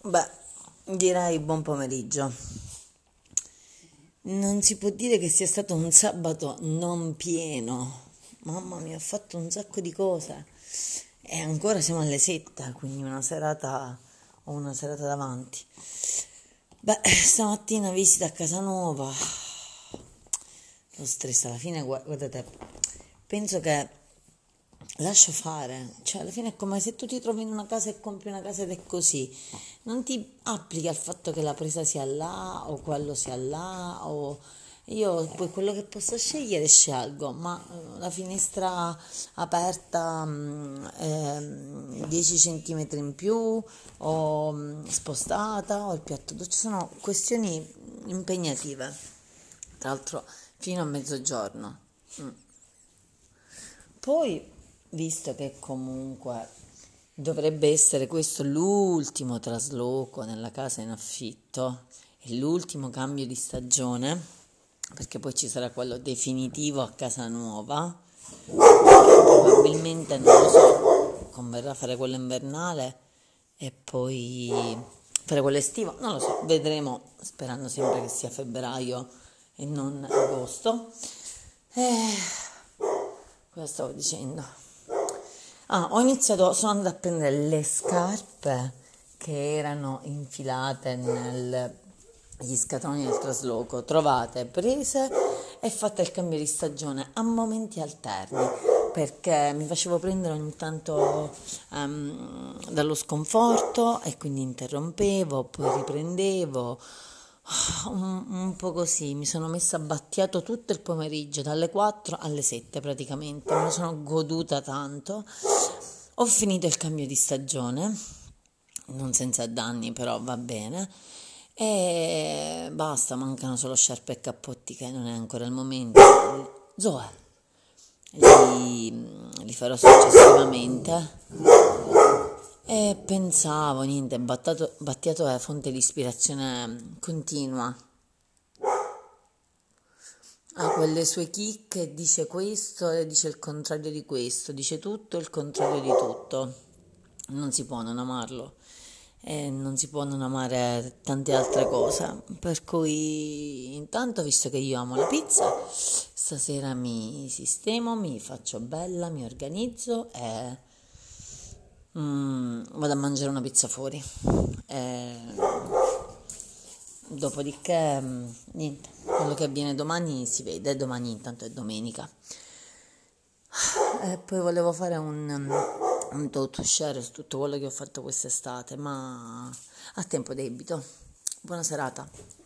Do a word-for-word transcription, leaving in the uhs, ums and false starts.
Beh, direi buon pomeriggio. Non si può dire che sia stato un sabato non pieno. Mamma mia, ho fatto un sacco di cose. E ancora siamo alle sette, quindi una serata, ho una serata davanti. Beh, stamattina visita a casa nuova. Lo stress alla fine, gua- guardate, penso che lascio fare, cioè alla fine è come se tu ti trovi in una casa e compri una casa ed è così, non ti applichi al fatto che la presa sia là o quello sia là o io poi quello che posso scegliere scelgo, ma eh, la finestra aperta mh, ehm, dieci centimetri in più o mh, spostata o il piatto doccia sono questioni impegnative, tra l'altro fino a mezzogiorno. Mm. Poi, visto che comunque dovrebbe essere questo l'ultimo trasloco nella casa in affitto e l'ultimo cambio di stagione, perché poi ci sarà quello definitivo a casa nuova, probabilmente non lo so, converrà fare quello invernale e poi fare quello estivo, non lo so, vedremo, sperando sempre che sia febbraio e non agosto. Eh, cosa stavo dicendo? Ah, ho iniziato, sono andata a prendere le scarpe che erano infilate negli scatoloni del trasloco, trovate, prese e fatte il cambio di stagione a momenti alterni, perché mi facevo prendere ogni tanto ehm, dallo sconforto e quindi interrompevo, poi riprendevo. Un, un po' così, mi sono messa a battiato tutto il pomeriggio, dalle quattro alle sette praticamente, me lo sono goduta tanto. Ho finito il cambio di stagione, non senza danni, però va bene. E basta, mancano solo sciarpe e cappotti che non è ancora il momento. Zoe, li, li farò successivamente. E pensavo, niente, battato, Battiato è fonte di ispirazione continua. Ha quelle sue chicche, dice questo e dice il contrario di questo, dice tutto e il contrario di tutto. Non si può non amarlo e non si può non amare tante altre cose. Per cui, intanto, visto che io amo la pizza, stasera mi sistemo, mi faccio bella, mi organizzo e mm, vado a mangiare una pizza fuori. E dopodiché, mm, niente, quello che avviene domani si vede, domani intanto è domenica. E poi volevo fare un, um, un to share su tutto quello che ho fatto quest'estate, ma a tempo debito. Buona serata.